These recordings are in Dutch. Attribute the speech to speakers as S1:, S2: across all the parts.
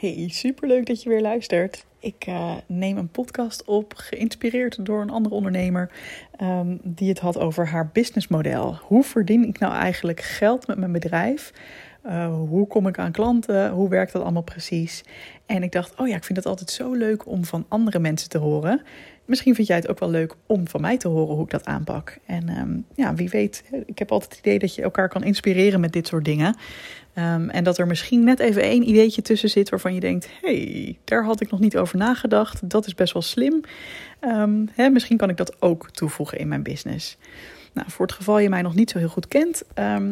S1: Hey, superleuk dat je weer luistert. Ik neem een podcast op, geïnspireerd door een andere ondernemer die het had over haar businessmodel. Hoe verdien ik nou eigenlijk geld met mijn bedrijf? Hoe kom ik aan klanten? Hoe werkt dat allemaal precies? En ik dacht, ik vind het altijd zo leuk om van andere mensen te horen. Misschien vind jij het ook wel leuk om van mij te horen hoe ik dat aanpak. En wie weet, ik heb altijd het idee dat je elkaar kan inspireren met dit soort dingen. En dat er misschien net even één ideetje tussen zit waarvan je denkt, hey, daar had ik nog niet over nagedacht. Dat is best wel slim. Misschien kan ik dat ook toevoegen in mijn business. Nou, voor het geval je mij nog niet zo heel goed kent.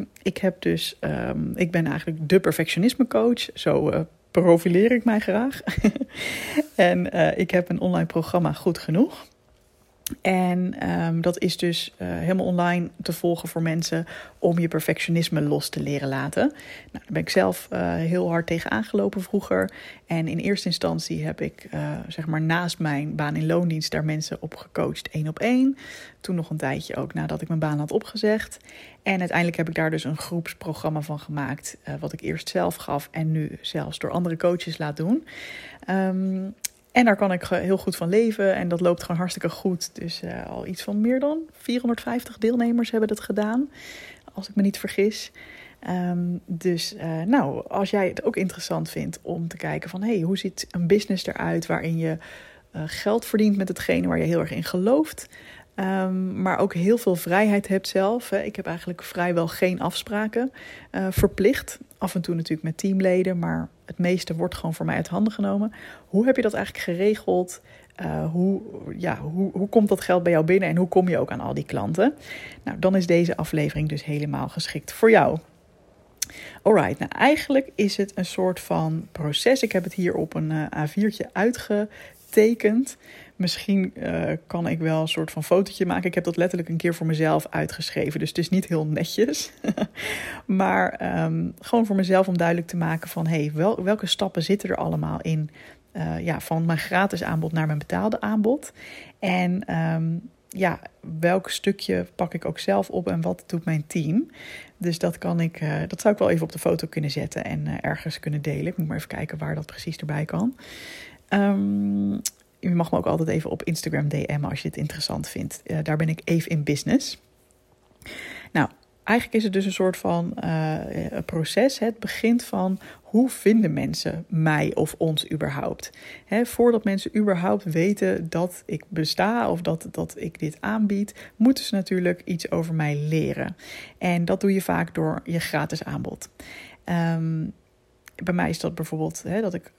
S1: Ik ben eigenlijk de perfectionisme coach. Zo profileer ik mij graag. En ik heb een online programma Goed Genoeg. En dat is dus helemaal online te volgen voor mensen om je perfectionisme los te leren laten. Nou, daar ben ik zelf heel hard tegen aangelopen vroeger. En in eerste instantie heb ik naast mijn baan in loondienst daar mensen op gecoacht 1-op-1. Toen nog een tijdje ook nadat ik mijn baan had opgezegd. En uiteindelijk heb ik daar dus een groepsprogramma van gemaakt. Wat ik eerst zelf gaf en nu zelfs door andere coaches laat doen. En daar kan ik heel goed van leven en dat loopt gewoon hartstikke goed. Dus al iets van meer dan 450 deelnemers hebben dat gedaan, als ik me niet vergis. Als jij het ook interessant vindt om te kijken van, hoe ziet een business eruit waarin je geld verdient met hetgene waar je heel erg in gelooft. Maar ook heel veel vrijheid hebt zelf. Ik heb eigenlijk vrijwel geen afspraken verplicht. Af en toe natuurlijk met teamleden, maar het meeste wordt gewoon voor mij uit handen genomen. Hoe heb je dat eigenlijk geregeld? Hoe komt dat geld bij jou binnen en hoe kom je ook aan al die klanten? Nou, dan is deze aflevering dus helemaal geschikt voor jou. Alright, nou eigenlijk is het een soort van proces. Ik heb het hier op een A4'tje uitgetekend. Misschien kan ik wel een soort van fotootje maken. Ik heb dat letterlijk een keer voor mezelf uitgeschreven. Dus het is niet heel netjes. Maar gewoon voor mezelf om duidelijk te maken van, welke stappen zitten er allemaal in? Van mijn gratis aanbod naar mijn betaalde aanbod. En welk stukje pak ik ook zelf op en wat doet mijn team? Dus dat zou ik wel even op de foto kunnen zetten en ergens kunnen delen. Ik moet maar even kijken waar dat precies erbij kan. Je mag me ook altijd even op Instagram DM'en als je het interessant vindt. Daar ben ik even in business. Nou, eigenlijk is het dus een soort van proces. Het begint van, hoe vinden mensen mij of ons überhaupt? Voordat mensen überhaupt weten dat ik besta of dat ik dit aanbied, moeten ze natuurlijk iets over mij leren. En dat doe je vaak door je gratis aanbod. Bij mij is dat bijvoorbeeld dat ik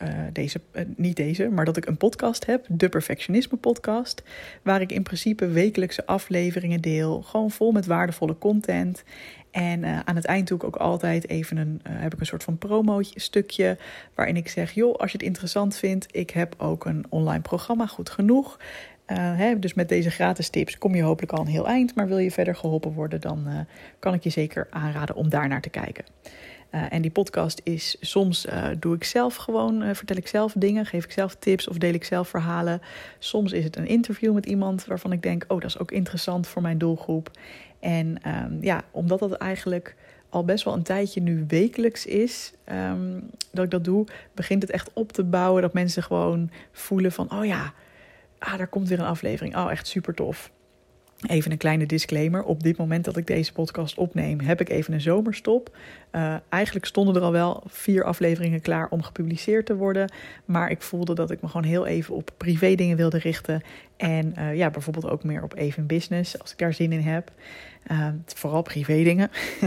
S1: dat ik een podcast heb, de Perfectionisme podcast, waar ik in principe wekelijkse afleveringen deel, gewoon vol met waardevolle content. En aan het eind doe ik ook altijd even heb ik een soort van promo-stukje waarin ik zeg, als je het interessant vindt, ik heb ook een online programma, Goed Genoeg. Dus met deze gratis tips kom je hopelijk al een heel eind, maar wil je verder geholpen worden, dan kan ik je zeker aanraden om daar naar te kijken. En die podcast is, soms doe ik zelf gewoon, vertel ik zelf dingen, geef ik zelf tips of deel ik zelf verhalen. Soms is het een interview met iemand waarvan ik denk, dat is ook interessant voor mijn doelgroep. En omdat dat eigenlijk al best wel een tijdje nu wekelijks is, dat ik dat doe, begint het echt op te bouwen. Dat mensen gewoon voelen van, daar komt weer een aflevering. Echt super tof. Even een kleine disclaimer. Op dit moment dat ik deze podcast opneem, heb ik even een zomerstop. Eigenlijk stonden er al wel 4 afleveringen klaar om gepubliceerd te worden. Maar ik voelde dat ik me gewoon heel even op privé dingen wilde richten. En bijvoorbeeld ook meer op even business, als ik daar zin in heb. Vooral privé dingen.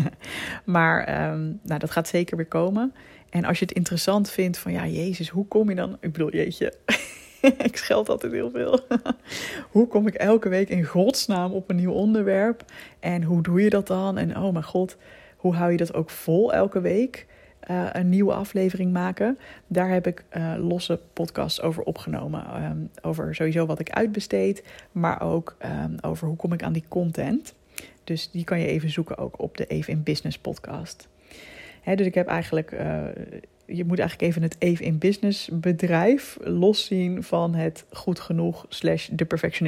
S1: Maar dat gaat zeker weer komen. En als je het interessant vindt van, Jezus, hoe kom je dan? Ik bedoel, jeetje... Ik scheld altijd heel veel. Hoe kom ik elke week in godsnaam op een nieuw onderwerp? En hoe doe je dat dan? En oh mijn god, hoe hou je dat ook vol elke week? Een nieuwe aflevering maken. Daar heb ik losse podcasts over opgenomen. Over sowieso wat ik uitbesteed. Maar ook over hoe kom ik aan die content. Dus die kan je even zoeken ook op de Even in Business podcast. Dus ik heb eigenlijk... Je moet eigenlijk even het Even in Business bedrijf loszien van het Goed Genoeg / de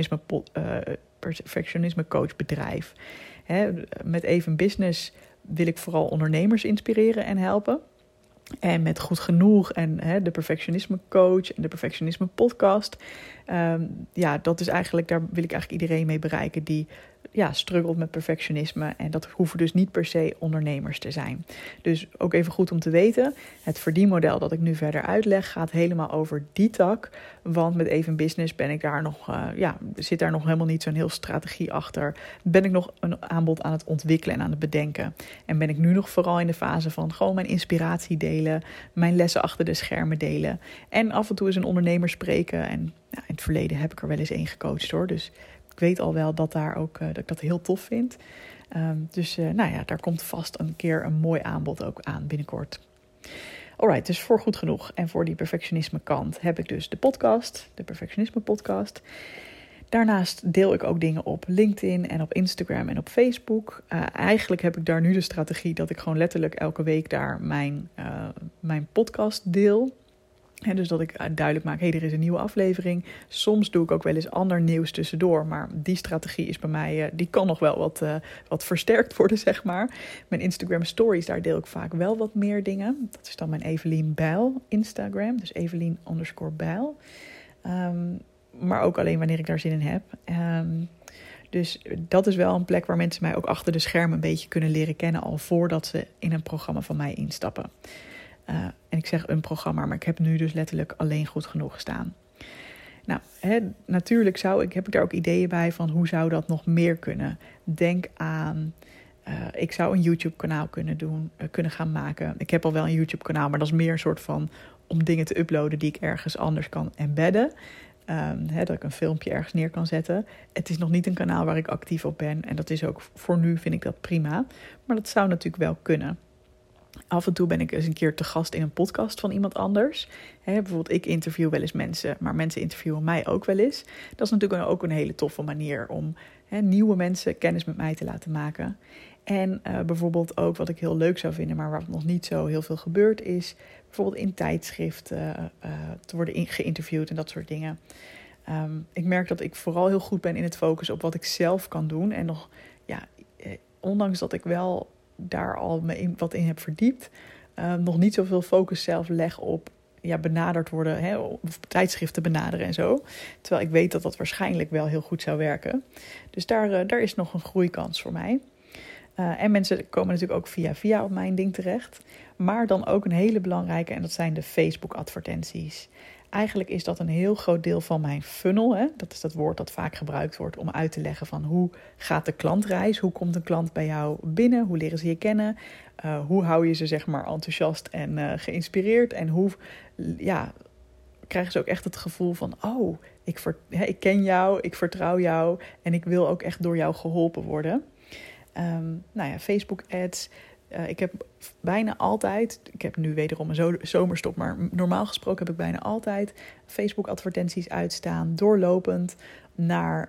S1: perfectionisme coach bedrijf. Met Even Business wil ik vooral ondernemers inspireren en helpen. En met Goed Genoeg en de perfectionisme coach en de perfectionisme podcast. Dat is eigenlijk, daar wil ik eigenlijk iedereen mee bereiken die struggelt met perfectionisme. En dat hoeven dus niet per se ondernemers te zijn. Dus ook even goed om te weten, het verdienmodel dat ik nu verder uitleg gaat helemaal over die tak. Want met Even Business ben ik daar nog, zit daar nog helemaal niet zo'n heel strategie achter. Ben ik nog een aanbod aan het ontwikkelen en aan het bedenken. En ben ik nu nog vooral in de fase van gewoon mijn inspiratie delen, mijn lessen achter de schermen delen. En af en toe eens een ondernemer spreken. En in het verleden heb ik er wel eens één gecoacht hoor. Dus ik weet al wel dat dat ik dat heel tof vind. Daar komt vast een keer een mooi aanbod ook aan binnenkort. Alright, dus voor Goed Genoeg en voor die perfectionisme kant heb ik dus de podcast, de perfectionisme podcast. Daarnaast deel ik ook dingen op LinkedIn en op Instagram en op Facebook. Eigenlijk heb ik daar nu de strategie dat ik gewoon letterlijk elke week daar mijn podcast deel. En dus dat ik duidelijk maak, er is een nieuwe aflevering. Soms doe ik ook wel eens ander nieuws tussendoor. Maar die strategie is bij mij, die kan nog wel wat versterkt worden, zeg maar. Mijn Instagram stories, daar deel ik vaak wel wat meer dingen. Dat is dan mijn Evelien Bijl Instagram. Dus Evelien_Bijl. Maar ook alleen wanneer ik daar zin in heb. Dus dat is wel een plek waar mensen mij ook achter de schermen een beetje kunnen leren kennen, al voordat ze in een programma van mij instappen. En ik zeg een programma, maar ik heb nu dus letterlijk alleen Goed Genoeg staan. Nou, natuurlijk heb ik daar ook ideeën bij van hoe zou dat nog meer kunnen. Denk aan, ik zou een YouTube-kanaal kunnen gaan maken. Ik heb al wel een YouTube-kanaal, maar dat is meer een soort van om dingen te uploaden die ik ergens anders kan embedden. Dat ik een filmpje ergens neer kan zetten. Het is nog niet een kanaal waar ik actief op ben. En dat is ook voor nu, vind ik dat prima. Maar dat zou natuurlijk wel kunnen. Af en toe ben ik eens een keer te gast in een podcast van iemand anders. Bijvoorbeeld ik interview wel eens mensen, maar mensen interviewen mij ook wel eens. Dat is natuurlijk ook een hele toffe manier om nieuwe mensen kennis met mij te laten maken. En bijvoorbeeld ook wat ik heel leuk zou vinden, maar waar nog niet zo heel veel gebeurd is, bijvoorbeeld in tijdschriften te worden geïnterviewd en dat soort dingen. Ik merk dat ik vooral heel goed ben in het focussen op wat ik zelf kan doen. En nog, ondanks dat ik wel daar al wat in heb verdiept, nog niet zoveel focus zelf leg op benaderd worden, of tijdschriften benaderen en zo. Terwijl ik weet dat dat waarschijnlijk wel heel goed zou werken. Dus daar is nog een groeikans voor mij. En mensen komen natuurlijk ook via op mijn ding terecht. Maar dan ook een hele belangrijke, en dat zijn de Facebook-advertenties. Eigenlijk is dat een heel groot deel van mijn funnel. Dat is dat woord dat vaak gebruikt wordt om uit te leggen van hoe gaat de klantreis? Hoe komt een klant bij jou binnen? Hoe leren ze je kennen? Hoe hou je ze zeg maar enthousiast en geïnspireerd? En hoe krijgen ze ook echt het gevoel van, ik ken jou, ik vertrouw jou en ik wil ook echt door jou geholpen worden. Facebook ads. Ik heb bijna altijd, ik heb nu wederom een zomerstop, maar normaal gesproken heb ik bijna altijd Facebook advertenties uitstaan, doorlopend naar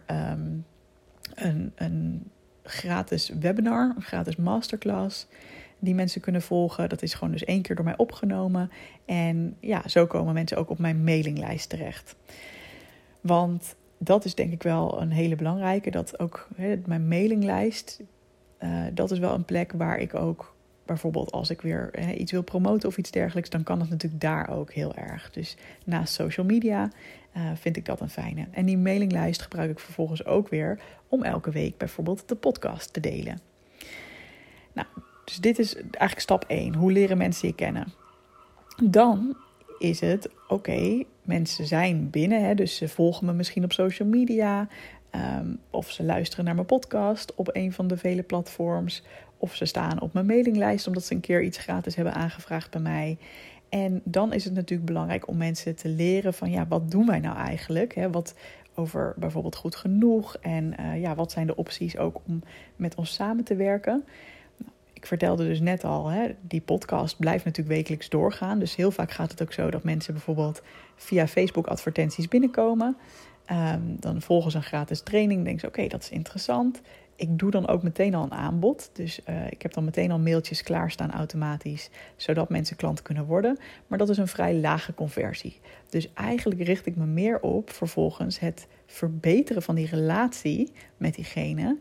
S1: een gratis webinar, een gratis masterclass die mensen kunnen volgen. Dat is gewoon dus 1 keer door mij opgenomen. En zo komen mensen ook op mijn mailinglijst terecht. Want dat is denk ik wel een hele belangrijke, dat ook mijn mailinglijst, dat is wel een plek waar ik ook bijvoorbeeld als ik weer iets wil promoten of iets dergelijks, dan kan het natuurlijk daar ook heel erg. Dus naast social media vind ik dat een fijne. En die mailinglijst gebruik ik vervolgens ook weer om elke week bijvoorbeeld de podcast te delen. Nou, dus dit is eigenlijk stap 1. Hoe leren mensen je kennen? Dan is het, mensen zijn binnen, dus ze volgen me misschien op social media, of ze luisteren naar mijn podcast op een van de vele platforms, of ze staan op mijn mailinglijst omdat ze een keer iets gratis hebben aangevraagd bij mij. En dan is het natuurlijk belangrijk om mensen te leren van wat doen wij nou eigenlijk? Wat over bijvoorbeeld Goed Genoeg en wat zijn de opties ook om met ons samen te werken? Ik vertelde dus net al, die podcast blijft natuurlijk wekelijks doorgaan. Dus heel vaak gaat het ook zo dat mensen bijvoorbeeld via Facebook advertenties binnenkomen. Dan volgen ze een gratis training. Denken ze, dat is interessant. Ik doe dan ook meteen al een aanbod. Dus ik heb dan meteen al mailtjes klaarstaan automatisch, zodat mensen klant kunnen worden. Maar dat is een vrij lage conversie. Dus eigenlijk richt ik me meer op vervolgens het verbeteren van die relatie met diegene.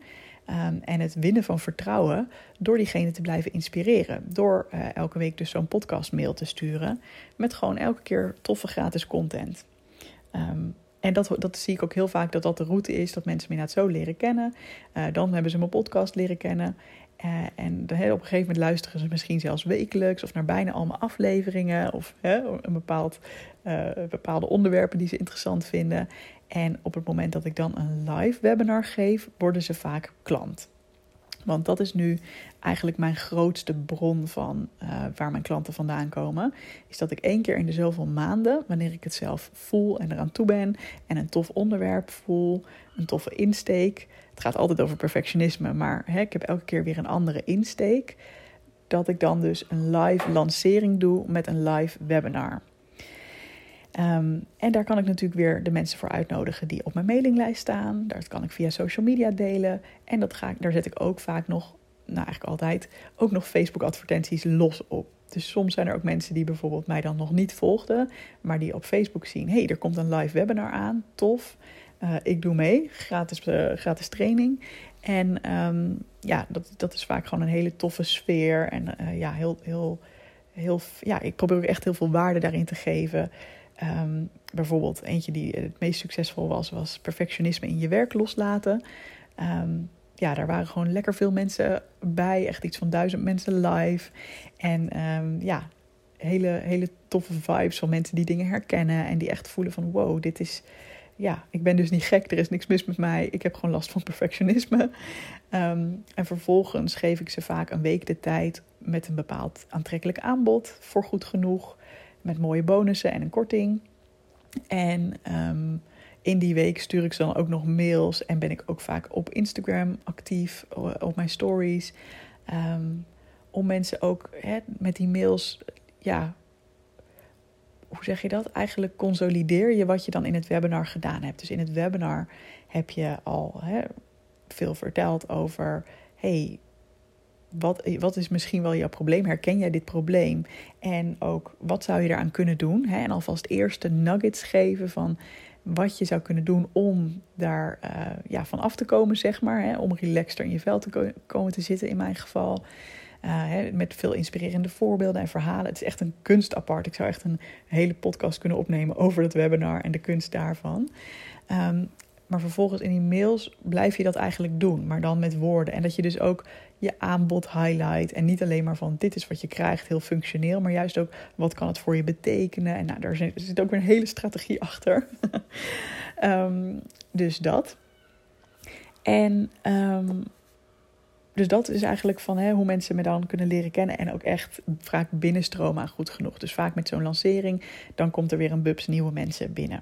S1: En het winnen van vertrouwen door diegene te blijven inspireren. Door elke week dus zo'n podcastmail te sturen met gewoon elke keer toffe gratis content. En dat zie ik ook heel vaak dat de route is, dat mensen me inderdaad zo leren kennen. Dan hebben ze mijn podcast leren kennen. En op een gegeven moment luisteren ze misschien zelfs wekelijks of naar bijna al mijn afleveringen of bepaalde onderwerpen die ze interessant vinden. En op het moment dat ik dan een live webinar geef, worden ze vaak klant. Want dat is nu eigenlijk mijn grootste bron van waar mijn klanten vandaan komen. Is dat ik 1 keer in de zoveel maanden, wanneer ik het zelf voel en eraan toe ben. En een tof onderwerp voel, een toffe insteek. Het gaat altijd over perfectionisme, maar ik heb elke keer weer een andere insteek. Dat ik dan dus een live lancering doe met een live webinar. En daar kan ik natuurlijk weer de mensen voor uitnodigen die op mijn mailinglijst staan. Dat kan ik via social media delen. En daar zet ik ook vaak nog, eigenlijk altijd, ook nog Facebook advertenties los op. Dus soms zijn er ook mensen die bijvoorbeeld mij dan nog niet volgden, maar die op Facebook zien, hey, er komt een live webinar aan, tof. Ik doe mee, gratis training. En dat is vaak gewoon een hele toffe sfeer. En ik probeer ook echt heel veel waarde daarin te geven. Bijvoorbeeld eentje die het meest succesvol was perfectionisme in je werk loslaten. Daar waren gewoon lekker veel mensen bij. Echt iets van 1000 mensen live. En hele toffe vibes van mensen die dingen herkennen. En die echt voelen van wow, dit is... Ja, ik ben dus niet gek, er is niks mis met mij. Ik heb gewoon last van perfectionisme. En vervolgens geef ik ze vaak een week de tijd met een bepaald aantrekkelijk aanbod voor goed genoeg. Met mooie bonussen en een korting. En in die week stuur ik ze dan ook nog mails. En ben ik ook vaak op Instagram actief, op mijn stories. Om mensen ook met die mails... Hoe zeg je dat? Eigenlijk consolideer je wat je dan in het webinar gedaan hebt. Dus in het webinar heb je al veel verteld over... Hey, wat is misschien wel jouw probleem? Herken jij dit probleem? En ook, wat zou je eraan kunnen doen? En alvast eerste nuggets geven van wat je zou kunnen doen om daar van af te komen, zeg maar. Om relaxter in je vel te komen te zitten, in mijn geval. Met veel inspirerende voorbeelden en verhalen. Het is echt een kunst apart. Ik zou echt een hele podcast kunnen opnemen over het webinar en de kunst daarvan. Maar vervolgens in die mails blijf je dat eigenlijk doen, maar dan met woorden. En dat je dus ook je aanbod highlight. En niet alleen maar van dit is wat je krijgt, heel functioneel. Maar juist ook wat kan het voor je betekenen. En daar zit ook weer een hele strategie achter. Dus dat. En... Dus dat is eigenlijk van hoe mensen me dan kunnen leren kennen. En ook echt vaak binnenstromen aan goed genoeg. Dus vaak met zo'n lancering, dan komt er weer een bubs nieuwe mensen binnen.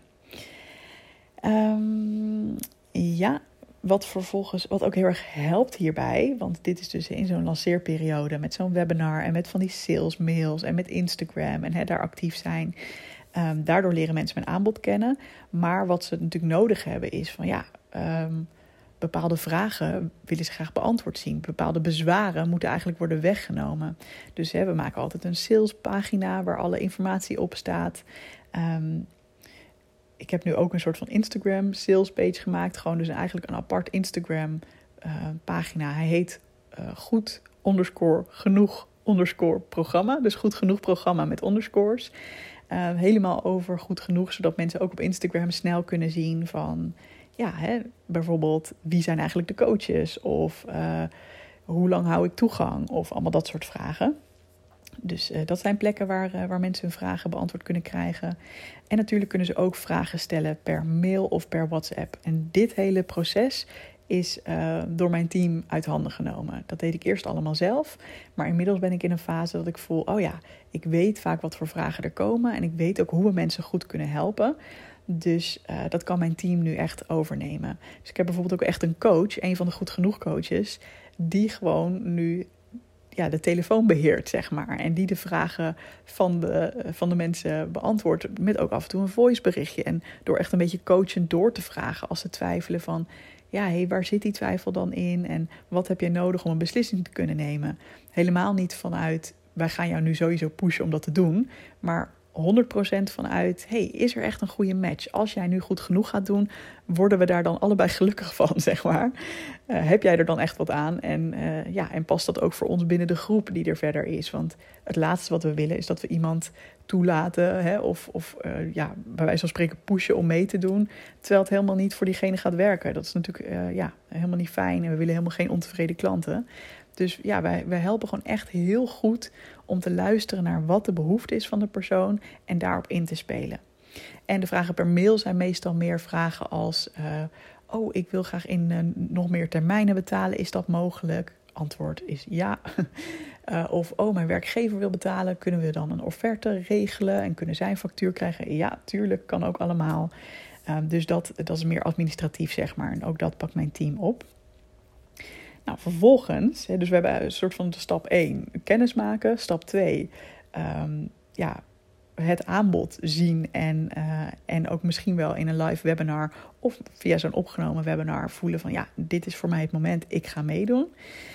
S1: Wat ook heel erg helpt hierbij. Want dit is dus in zo'n lanceerperiode met zo'n webinar. En met van die sales mails en met Instagram. En daar actief zijn. Daardoor leren mensen mijn aanbod kennen. Maar wat ze natuurlijk nodig hebben is van bepaalde vragen willen ze graag beantwoord zien. Bepaalde bezwaren moeten eigenlijk worden weggenomen. Dus we maken altijd een salespagina waar alle informatie op staat. Ik heb nu ook een soort van Instagram sales page gemaakt. Gewoon dus eigenlijk een apart Instagram pagina. Hij heet goed_genoeg_programma. Dus goed genoeg programma met underscores. Helemaal over goed genoeg, zodat mensen ook op Instagram snel kunnen zien van... bijvoorbeeld, wie zijn eigenlijk de coaches? Of hoe lang hou ik toegang? Of allemaal dat soort vragen. Dus dat zijn plekken waar mensen hun vragen beantwoord kunnen krijgen. En natuurlijk kunnen ze ook vragen stellen per mail of per WhatsApp. En dit hele proces is door mijn team uit handen genomen. Dat deed ik eerst allemaal zelf. Maar inmiddels ben ik in een fase dat ik voel... ik weet vaak wat voor vragen er komen. En ik weet ook hoe we mensen goed kunnen helpen. Dus dat kan mijn team nu echt overnemen. Dus ik heb bijvoorbeeld ook echt een coach, een van de Goed Genoeg coaches, die gewoon nu de telefoon beheert, zeg maar. En die de vragen van de mensen beantwoordt met ook af en toe een voiceberichtje. En door echt een beetje coachend door te vragen als ze twijfelen van... waar zit die twijfel dan in? En wat heb jij nodig om een beslissing te kunnen nemen? Helemaal niet vanuit, wij gaan jou nu sowieso pushen om dat te doen. Maar 100% vanuit, is er echt een goede match? Als jij nu goed genoeg gaat doen, worden we daar dan allebei gelukkig van, zeg maar. Heb jij er dan echt wat aan? En past dat ook voor ons binnen de groep die er verder is? Want het laatste wat we willen is dat we iemand toelaten, of bij wijze van spreken pushen om mee te doen, terwijl het helemaal niet voor diegene gaat werken. Dat is natuurlijk helemaal niet fijn en we willen helemaal geen ontevreden klanten. Dus ja, wij helpen gewoon echt heel goed om te luisteren naar wat de behoefte is van de persoon en daarop in te spelen. En de vragen per mail zijn meestal meer vragen als, ik wil graag in nog meer termijnen betalen, is dat mogelijk? Antwoord is ja. Mijn werkgever wil betalen, kunnen we dan een offerte regelen en kunnen zij een factuur krijgen? Ja, tuurlijk, kan ook allemaal. Dus dat is meer administratief, zeg maar. En ook dat pakt mijn team op. Nou, vervolgens, dus we hebben een soort van stap 1, kennis maken. Stap 2, het aanbod zien en ook misschien wel in een live webinar of via zo'n opgenomen webinar voelen van dit is voor mij het moment, ik ga meedoen.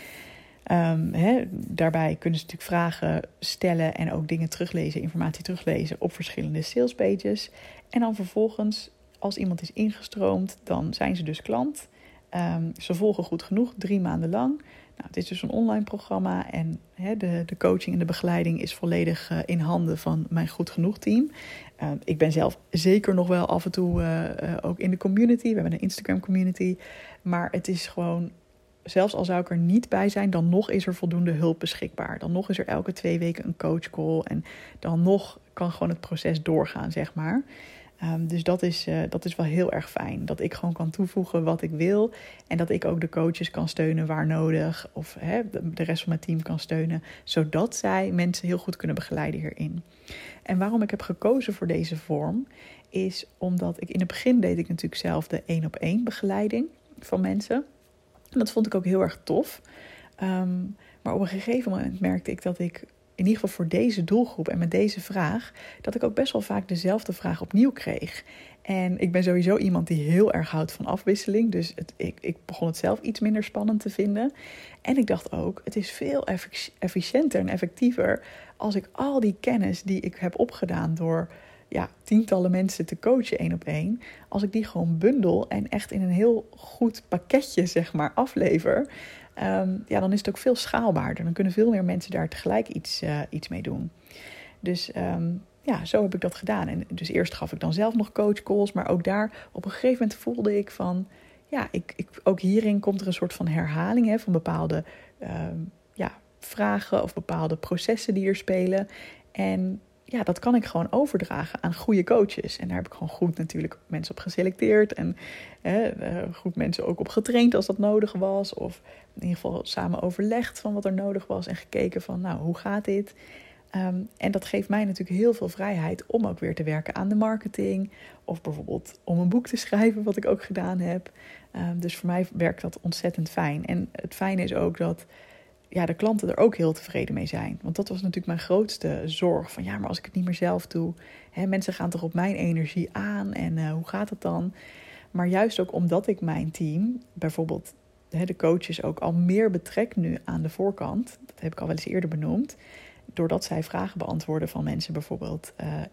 S1: Daarbij kunnen ze natuurlijk vragen stellen en ook dingen teruglezen, informatie teruglezen op verschillende salespages. En dan vervolgens, als iemand is ingestroomd, dan zijn ze dus klant. Ze volgen goed genoeg, 3 maanden lang. Nou, het is dus een online programma en de coaching en de begeleiding is volledig in handen van mijn Goed Genoeg team. Ik ben zelf zeker nog wel af en toe ook in de community. We hebben een Instagram community. Maar het is gewoon, zelfs al zou ik er niet bij zijn, dan nog is er voldoende hulp beschikbaar. Dan nog is er elke 2 weken een coachcall en dan nog kan gewoon het proces doorgaan, zeg maar. Dus dat is wel heel erg fijn. Dat ik gewoon kan toevoegen wat ik wil. En dat ik ook de coaches kan steunen waar nodig. Of de rest van mijn team kan steunen. Zodat zij mensen heel goed kunnen begeleiden hierin. En waarom ik heb gekozen voor deze vorm, is omdat ik in het begin deed ik natuurlijk zelf de 1-op-1 begeleiding van mensen. En dat vond ik ook heel erg tof. Maar op een gegeven moment merkte ik dat ik in ieder geval voor deze doelgroep en met deze vraag, dat ik ook best wel vaak dezelfde vraag opnieuw kreeg. En ik ben sowieso iemand die heel erg houdt van afwisseling. Dus ik begon het zelf iets minder spannend te vinden. En ik dacht ook, het is veel efficiënter en effectiever als ik al die kennis die ik heb opgedaan door tientallen mensen te coachen 1-op-1, als ik die gewoon bundel en echt in een heel goed pakketje, zeg maar, aflever, dan is het ook veel schaalbaarder. Dan kunnen veel meer mensen daar tegelijk iets mee doen. Dus zo heb ik dat gedaan. En dus eerst gaf ik dan zelf nog coachcalls, maar ook daar op een gegeven moment voelde ik van, ook hierin komt er een soort van herhaling van bepaalde vragen of bepaalde processen die er spelen. En dat kan ik gewoon overdragen aan goede coaches. En daar heb ik gewoon goed natuurlijk mensen op geselecteerd. En goed mensen ook op getraind als dat nodig was. Of in ieder geval samen overlegd van wat er nodig was. En gekeken van, hoe gaat dit? En dat geeft mij natuurlijk heel veel vrijheid om ook weer te werken aan de marketing. Of bijvoorbeeld om een boek te schrijven, wat ik ook gedaan heb. Dus voor mij werkt dat ontzettend fijn. En het fijne is ook dat de klanten er ook heel tevreden mee zijn. Want dat was natuurlijk mijn grootste zorg. Van maar als ik het niet meer zelf doe, mensen gaan toch op mijn energie aan en hoe gaat het dan? Maar juist ook omdat ik mijn team, bijvoorbeeld de coaches ook al meer betrek nu aan de voorkant. Dat heb ik al wel eens eerder benoemd. Doordat zij vragen beantwoorden van mensen bijvoorbeeld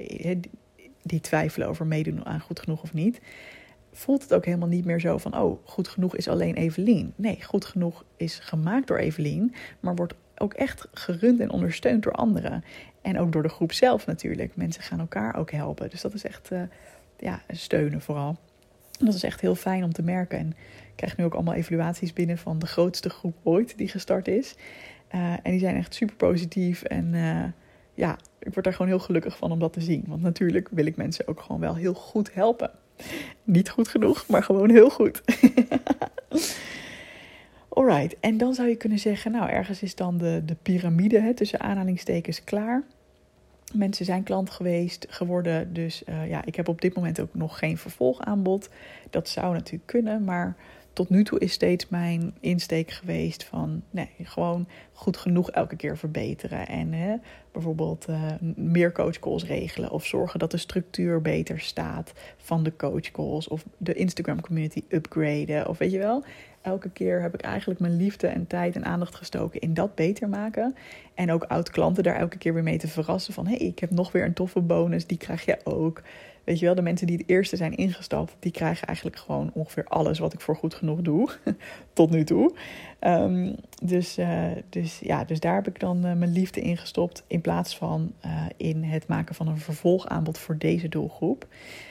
S1: die twijfelen over meedoen aan Goed Genoeg of niet, voelt het ook helemaal niet meer zo van, Goed Genoeg is alleen Evelien. Nee, Goed Genoeg is gemaakt door Evelien, maar wordt ook echt gerund en ondersteund door anderen. En ook door de groep zelf natuurlijk. Mensen gaan elkaar ook helpen. Dus dat is echt steunen vooral. En dat is echt heel fijn om te merken. En ik krijg nu ook allemaal evaluaties binnen van de grootste groep ooit die gestart is. En die zijn echt super positief. En ik word daar gewoon heel gelukkig van om dat te zien. Want natuurlijk wil ik mensen ook gewoon wel heel goed helpen. Niet goed genoeg, maar gewoon heel goed. Alright, en dan zou je kunnen zeggen, ergens is dan de piramide tussen aanhalingstekens klaar. Mensen zijn klant geworden, dus ik heb op dit moment ook nog geen vervolgaanbod. Dat zou natuurlijk kunnen, maar tot nu toe is steeds mijn insteek geweest van, gewoon goed genoeg elke keer verbeteren. En bijvoorbeeld meer coachcalls regelen of zorgen dat de structuur beter staat van de coachcalls of de Instagram community upgraden of weet je wel. Elke keer heb ik eigenlijk mijn liefde en tijd en aandacht gestoken in dat beter maken. En ook oud-klanten daar elke keer weer mee te verrassen van hey, ik heb nog weer een toffe bonus, die krijg je ook. Weet je wel, de mensen die het eerste zijn ingestapt, die krijgen eigenlijk gewoon ongeveer alles wat ik voor goed genoeg doe, tot nu toe. Dus daar heb ik dan mijn liefde in gestopt in plaats van in het maken van een vervolgaanbod voor deze doelgroep.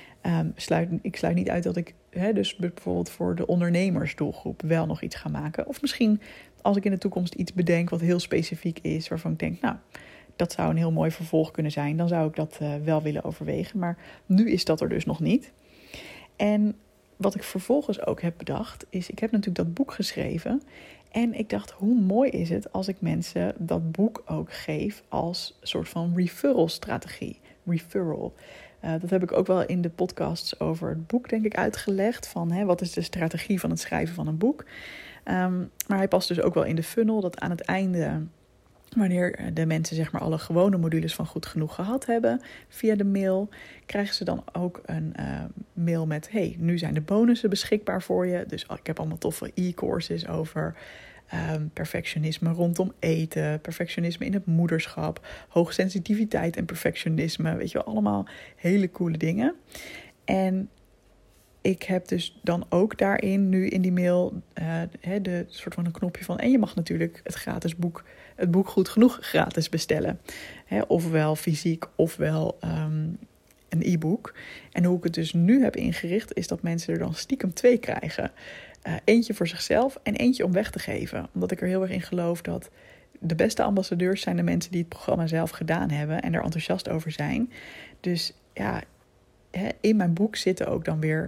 S1: Ik sluit niet uit dat ik dus bijvoorbeeld voor de ondernemersdoelgroep wel nog iets ga maken. Of misschien als ik in de toekomst iets bedenk wat heel specifiek is, waarvan ik denk, nou, dat zou een heel mooi vervolg kunnen zijn. Dan zou ik dat wel willen overwegen. Maar nu is dat er dus nog niet. En wat ik vervolgens ook heb bedacht, is ik heb natuurlijk dat boek geschreven. En ik dacht, hoe mooi is het als ik mensen dat boek ook geef als soort van referral-strategie. Referral. Dat heb ik ook wel in de podcasts over het boek, denk ik, uitgelegd. Van wat is de strategie van het schrijven van een boek. Maar hij past dus ook wel in de funnel, dat aan het einde, wanneer de mensen zeg maar alle gewone modules van Goed Genoeg gehad hebben via de mail, krijgen ze dan ook een mail met hey, nu zijn de bonussen beschikbaar voor je. Dus ik heb allemaal toffe e-courses over perfectionisme rondom eten, perfectionisme in het moederschap, hoogsensitiviteit en perfectionisme. Weet je wel, allemaal hele coole dingen. En ik heb dus dan ook daarin nu in die mail de soort van een knopje van en je mag natuurlijk het boek Goed Genoeg gratis bestellen. Ofwel fysiek, ofwel een e-book. En hoe ik het dus nu heb ingericht, is dat mensen er dan stiekem 2 krijgen. Eentje voor zichzelf en eentje om weg te geven. Omdat ik er heel erg in geloof dat de beste ambassadeurs zijn de mensen die het programma zelf gedaan hebben en er enthousiast over zijn. Dus ja, in mijn boek zitten ook dan weer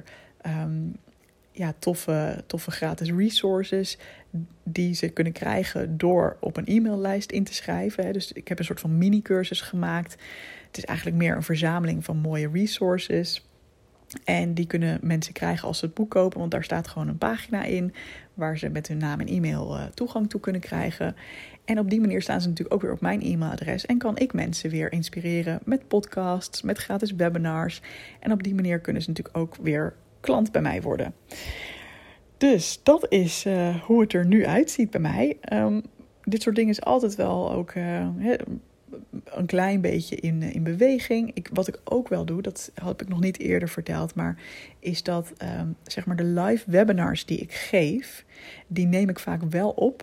S1: toffe gratis resources die ze kunnen krijgen door op een e-maillijst in te schrijven. Dus ik heb een soort van mini-cursus gemaakt. Het is eigenlijk meer een verzameling van mooie resources. En die kunnen mensen krijgen als ze het boek kopen, want daar staat gewoon een pagina in waar ze met hun naam en e-mail toegang toe kunnen krijgen. En op die manier staan ze natuurlijk ook weer op mijn e-mailadres en kan ik mensen weer inspireren met podcasts, met gratis webinars. En op die manier kunnen ze natuurlijk ook weer klant bij mij worden. Dus dat is hoe het er nu uitziet bij mij. Dit soort dingen is altijd wel ook een klein beetje in beweging. Wat ik ook wel doe, dat had ik nog niet eerder verteld, maar is dat zeg maar de live webinars die ik geef, die neem ik vaak wel op.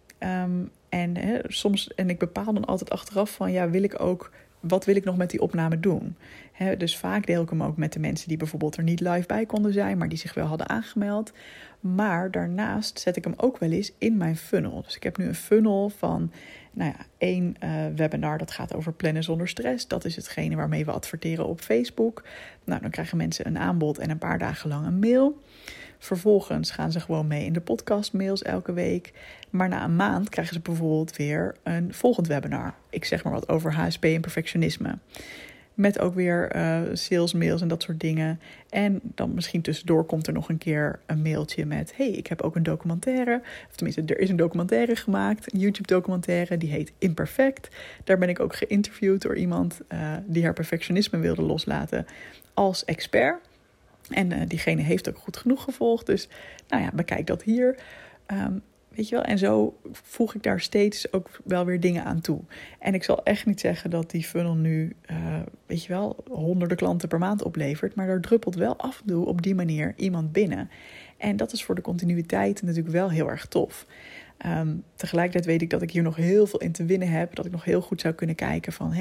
S1: En ik bepaal dan altijd achteraf van wat wil ik nog met die opname doen? Dus vaak deel ik hem ook met de mensen die bijvoorbeeld er niet live bij konden zijn, maar die zich wel hadden aangemeld. Maar daarnaast zet ik hem ook wel eens in mijn funnel. Dus ik heb nu een funnel van 1 webinar dat gaat over plannen zonder stress. Dat is hetgene waarmee we adverteren op Facebook. Nou, dan krijgen mensen een aanbod en een paar dagen lang een mail. Vervolgens gaan ze gewoon mee in de podcastmails elke week. Maar na een maand krijgen ze bijvoorbeeld weer een volgend webinar. Ik zeg maar wat over HSP en perfectionisme. Met ook weer salesmails en dat soort dingen. En dan misschien tussendoor komt er nog een keer een mailtje met hey, ik heb ook een documentaire. Of tenminste, er is een documentaire gemaakt. Een YouTube-documentaire, die heet Imperfect. Daar ben ik ook geïnterviewd door iemand die haar perfectionisme wilde loslaten als expert. En diegene heeft ook Goed Genoeg gevolgd. Dus bekijk dat hier. Weet je wel? En zo voeg ik daar steeds ook wel weer dingen aan toe. En ik zal echt niet zeggen dat die funnel nu, honderden klanten per maand oplevert. Maar er druppelt wel af en toe op die manier iemand binnen. En dat is voor de continuïteit natuurlijk wel heel erg tof. Tegelijkertijd weet ik dat ik hier nog heel veel in te winnen heb. Dat ik nog heel goed zou kunnen kijken van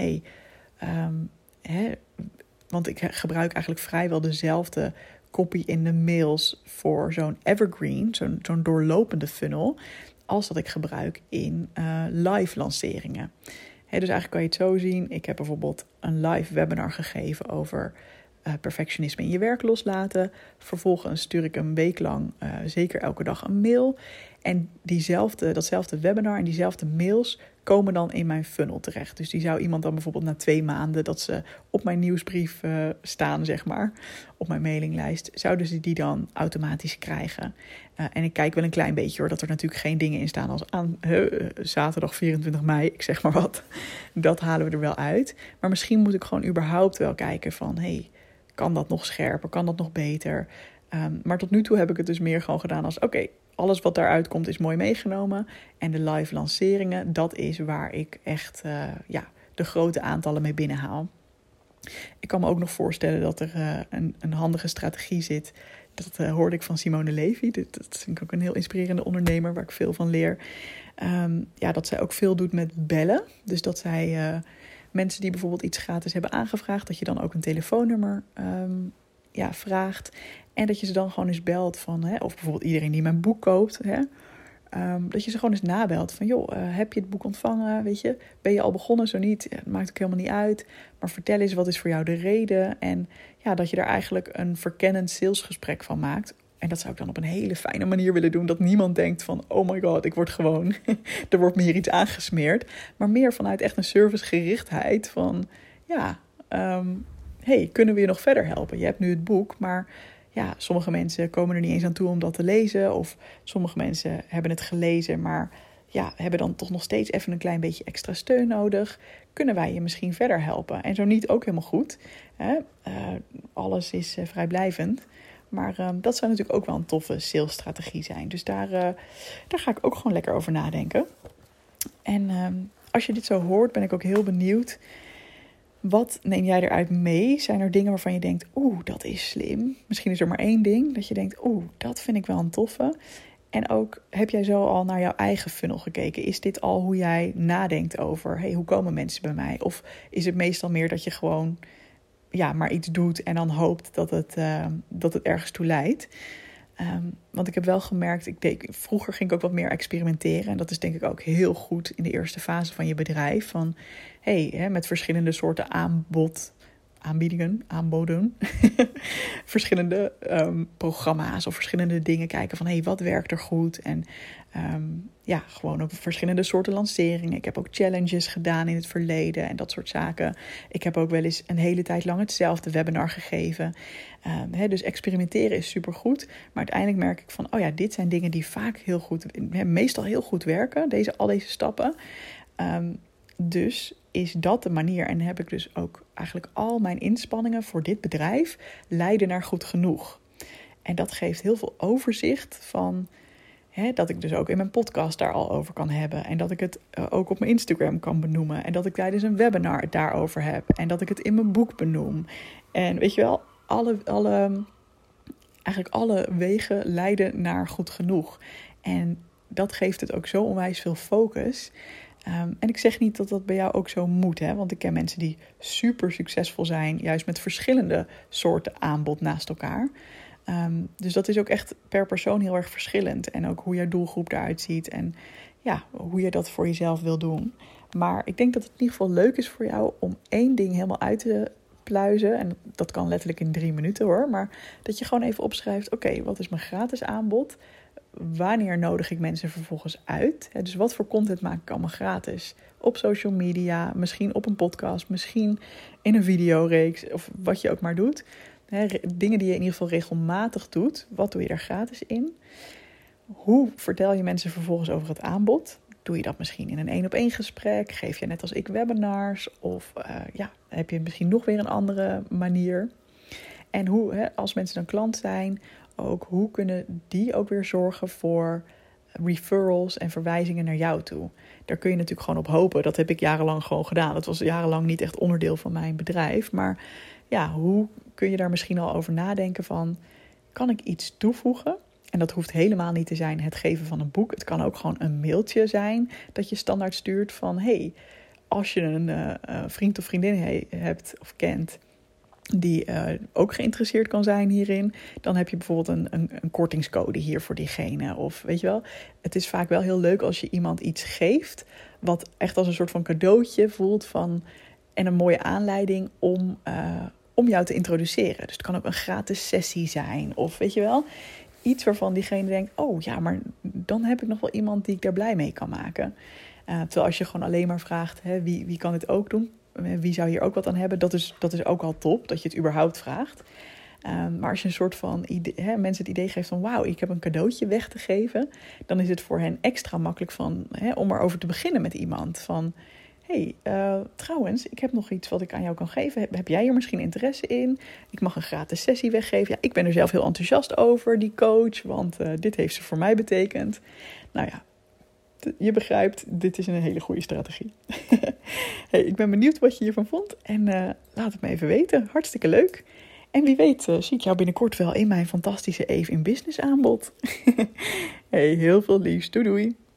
S1: want ik gebruik eigenlijk vrijwel dezelfde copy in de mails voor zo'n evergreen, zo'n doorlopende funnel, als dat ik gebruik in live lanceringen. Dus eigenlijk kan je het zo zien. Ik heb bijvoorbeeld een live webinar gegeven over perfectionisme in je werk loslaten. Vervolgens stuur ik een week lang zeker elke dag een mail. En datzelfde webinar en diezelfde mails komen dan in mijn funnel terecht. Dus die zou iemand dan bijvoorbeeld na 2 maanden dat ze op mijn nieuwsbrief staan, zeg maar, op mijn mailinglijst, zouden ze die dan automatisch krijgen. En ik kijk wel een klein beetje hoor, dat er natuurlijk geen dingen in staan als zaterdag 24 mei, ik zeg maar wat. Dat halen we er wel uit. Maar misschien moet ik gewoon überhaupt wel kijken van, kan dat nog scherper, kan dat nog beter? Maar tot nu toe heb ik het dus meer gewoon gedaan als, alles wat daaruit komt is mooi meegenomen. En de live lanceringen, dat is waar ik echt de grote aantallen mee binnenhaal. Ik kan me ook nog voorstellen dat er een handige strategie zit. Dat hoorde ik van Simone Levy. Dat vind ik ook een heel inspirerende ondernemer waar ik veel van leer. Dat zij ook veel doet met bellen. Dus dat zij mensen die bijvoorbeeld iets gratis hebben aangevraagd, dat je dan ook een telefoonnummer vraagt. En dat je ze dan gewoon eens belt van, of bijvoorbeeld iedereen die mijn boek koopt, dat je ze gewoon eens nabelt van, joh, heb je het boek ontvangen, weet je? Ben je al begonnen, zo niet? Het maakt ook helemaal niet uit. Maar vertel eens, wat is voor jou de reden? En dat je daar eigenlijk een verkennend salesgesprek van maakt. En dat zou ik dan op een hele fijne manier willen doen, dat niemand denkt van, oh my god, ik word gewoon, er wordt me hier iets aangesmeerd. Maar meer vanuit echt een servicegerichtheid van, kunnen we je nog verder helpen? Je hebt nu het boek, maar sommige mensen komen er niet eens aan toe om dat te lezen. Of sommige mensen hebben het gelezen, maar hebben dan toch nog steeds even een klein beetje extra steun nodig. Kunnen wij je misschien verder helpen? En zo niet ook helemaal goed. Alles is vrijblijvend. Maar dat zou natuurlijk ook wel een toffe salesstrategie zijn. Dus daar ga ik ook gewoon lekker over nadenken. En als je dit zo hoort, ben ik ook heel benieuwd. Wat neem jij eruit mee? Zijn er dingen waarvan je denkt, dat is slim? Misschien is er maar 1 ding dat je denkt, dat vind ik wel een toffe. En ook, heb jij zo al naar jouw eigen funnel gekeken? Is dit al hoe jij nadenkt over, hoe komen mensen bij mij? Of is het meestal meer dat je gewoon maar iets doet en dan hoopt dat het ergens toe leidt? Want ik heb wel gemerkt, vroeger ging ik ook wat meer experimenteren. En dat is denk ik ook heel goed in de eerste fase van je bedrijf. Van met verschillende soorten aanboden. Verschillende programma's of verschillende dingen kijken van wat werkt er goed. En gewoon ook verschillende soorten lanceringen. Ik heb ook challenges gedaan in het verleden en dat soort zaken. Ik heb ook wel eens een hele tijd lang hetzelfde webinar gegeven. Dus experimenteren is supergoed. Maar uiteindelijk merk ik van, dit zijn dingen die vaak heel goed, meestal heel goed werken. Al deze stappen. Dus is dat de manier. En heb ik dus ook eigenlijk al mijn inspanningen voor dit bedrijf leiden naar goed genoeg. En dat geeft heel veel overzicht van dat ik dus ook in mijn podcast daar al over kan hebben. En dat ik het ook op mijn Instagram kan benoemen. En dat ik tijdens een webinar het daarover heb. En dat ik het in mijn boek benoem. En weet je wel, alle wegen leiden naar goed genoeg. En dat geeft het ook zo onwijs veel focus. En ik zeg niet dat dat bij jou ook zo moet. Want ik ken mensen die super succesvol zijn. Juist met verschillende soorten aanbod naast elkaar. Dus dat is ook echt per persoon heel erg verschillend. En ook hoe jouw doelgroep eruit ziet. En hoe je dat voor jezelf wil doen. Maar ik denk dat het in ieder geval leuk is voor jou om 1 ding helemaal uit te pluizen. En dat kan letterlijk in 3 minuten hoor. Maar dat je gewoon even opschrijft. Oké, wat is mijn gratis aanbod? Wanneer nodig ik mensen vervolgens uit? Dus wat voor content maak ik allemaal gratis? Op social media, misschien op een podcast, misschien in een videoreeks of wat je ook maar doet. Dingen die je in ieder geval regelmatig doet. Wat doe je er gratis in? Hoe vertel je mensen vervolgens over het aanbod? Doe je dat misschien in een 1-op-1 gesprek? Geef je net als ik webinars? Of heb je misschien nog weer een andere manier? En hoe, als mensen dan klant zijn, ook hoe kunnen die ook weer zorgen voor referrals en verwijzingen naar jou toe? Daar kun je natuurlijk gewoon op hopen. Dat heb ik jarenlang gewoon gedaan. Dat was jarenlang niet echt onderdeel van mijn bedrijf. Maar hoe kun je daar misschien al over nadenken van, kan ik iets toevoegen? En dat hoeft helemaal niet te zijn het geven van een boek. Het kan ook gewoon een mailtje zijn dat je standaard stuurt van, als je een vriend of vriendin hebt of kent die ook geïnteresseerd kan zijn hierin, dan heb je bijvoorbeeld een kortingscode hier voor diegene. Of weet je wel, het is vaak wel heel leuk als je iemand iets geeft wat echt als een soort van cadeautje voelt van, en een mooie aanleiding om jou te introduceren. Dus het kan ook een gratis sessie zijn. Of weet je wel, iets waarvan diegene denkt, oh ja, maar dan heb ik nog wel iemand die ik daar blij mee kan maken. Terwijl als je gewoon alleen maar vraagt, wie kan dit ook doen? Wie zou hier ook wat aan hebben? Dat is ook al top, dat je het überhaupt vraagt. Maar als je een soort van mensen het idee geeft van, wauw, ik heb een cadeautje weg te geven, dan is het voor hen extra makkelijk om erover te beginnen met iemand. Van, trouwens, ik heb nog iets wat ik aan jou kan geven. Heb jij er misschien interesse in? Ik mag een gratis sessie weggeven. Ja, ik ben er zelf heel enthousiast over, die coach, want dit heeft ze voor mij betekend. Nou ja, je begrijpt, dit is een hele goede strategie. Ik ben benieuwd wat je hiervan vond en laat het me even weten. Hartstikke leuk. En wie weet zie ik jou binnenkort wel in mijn fantastische Eve in Business aanbod. Heel veel liefs. Doei doei.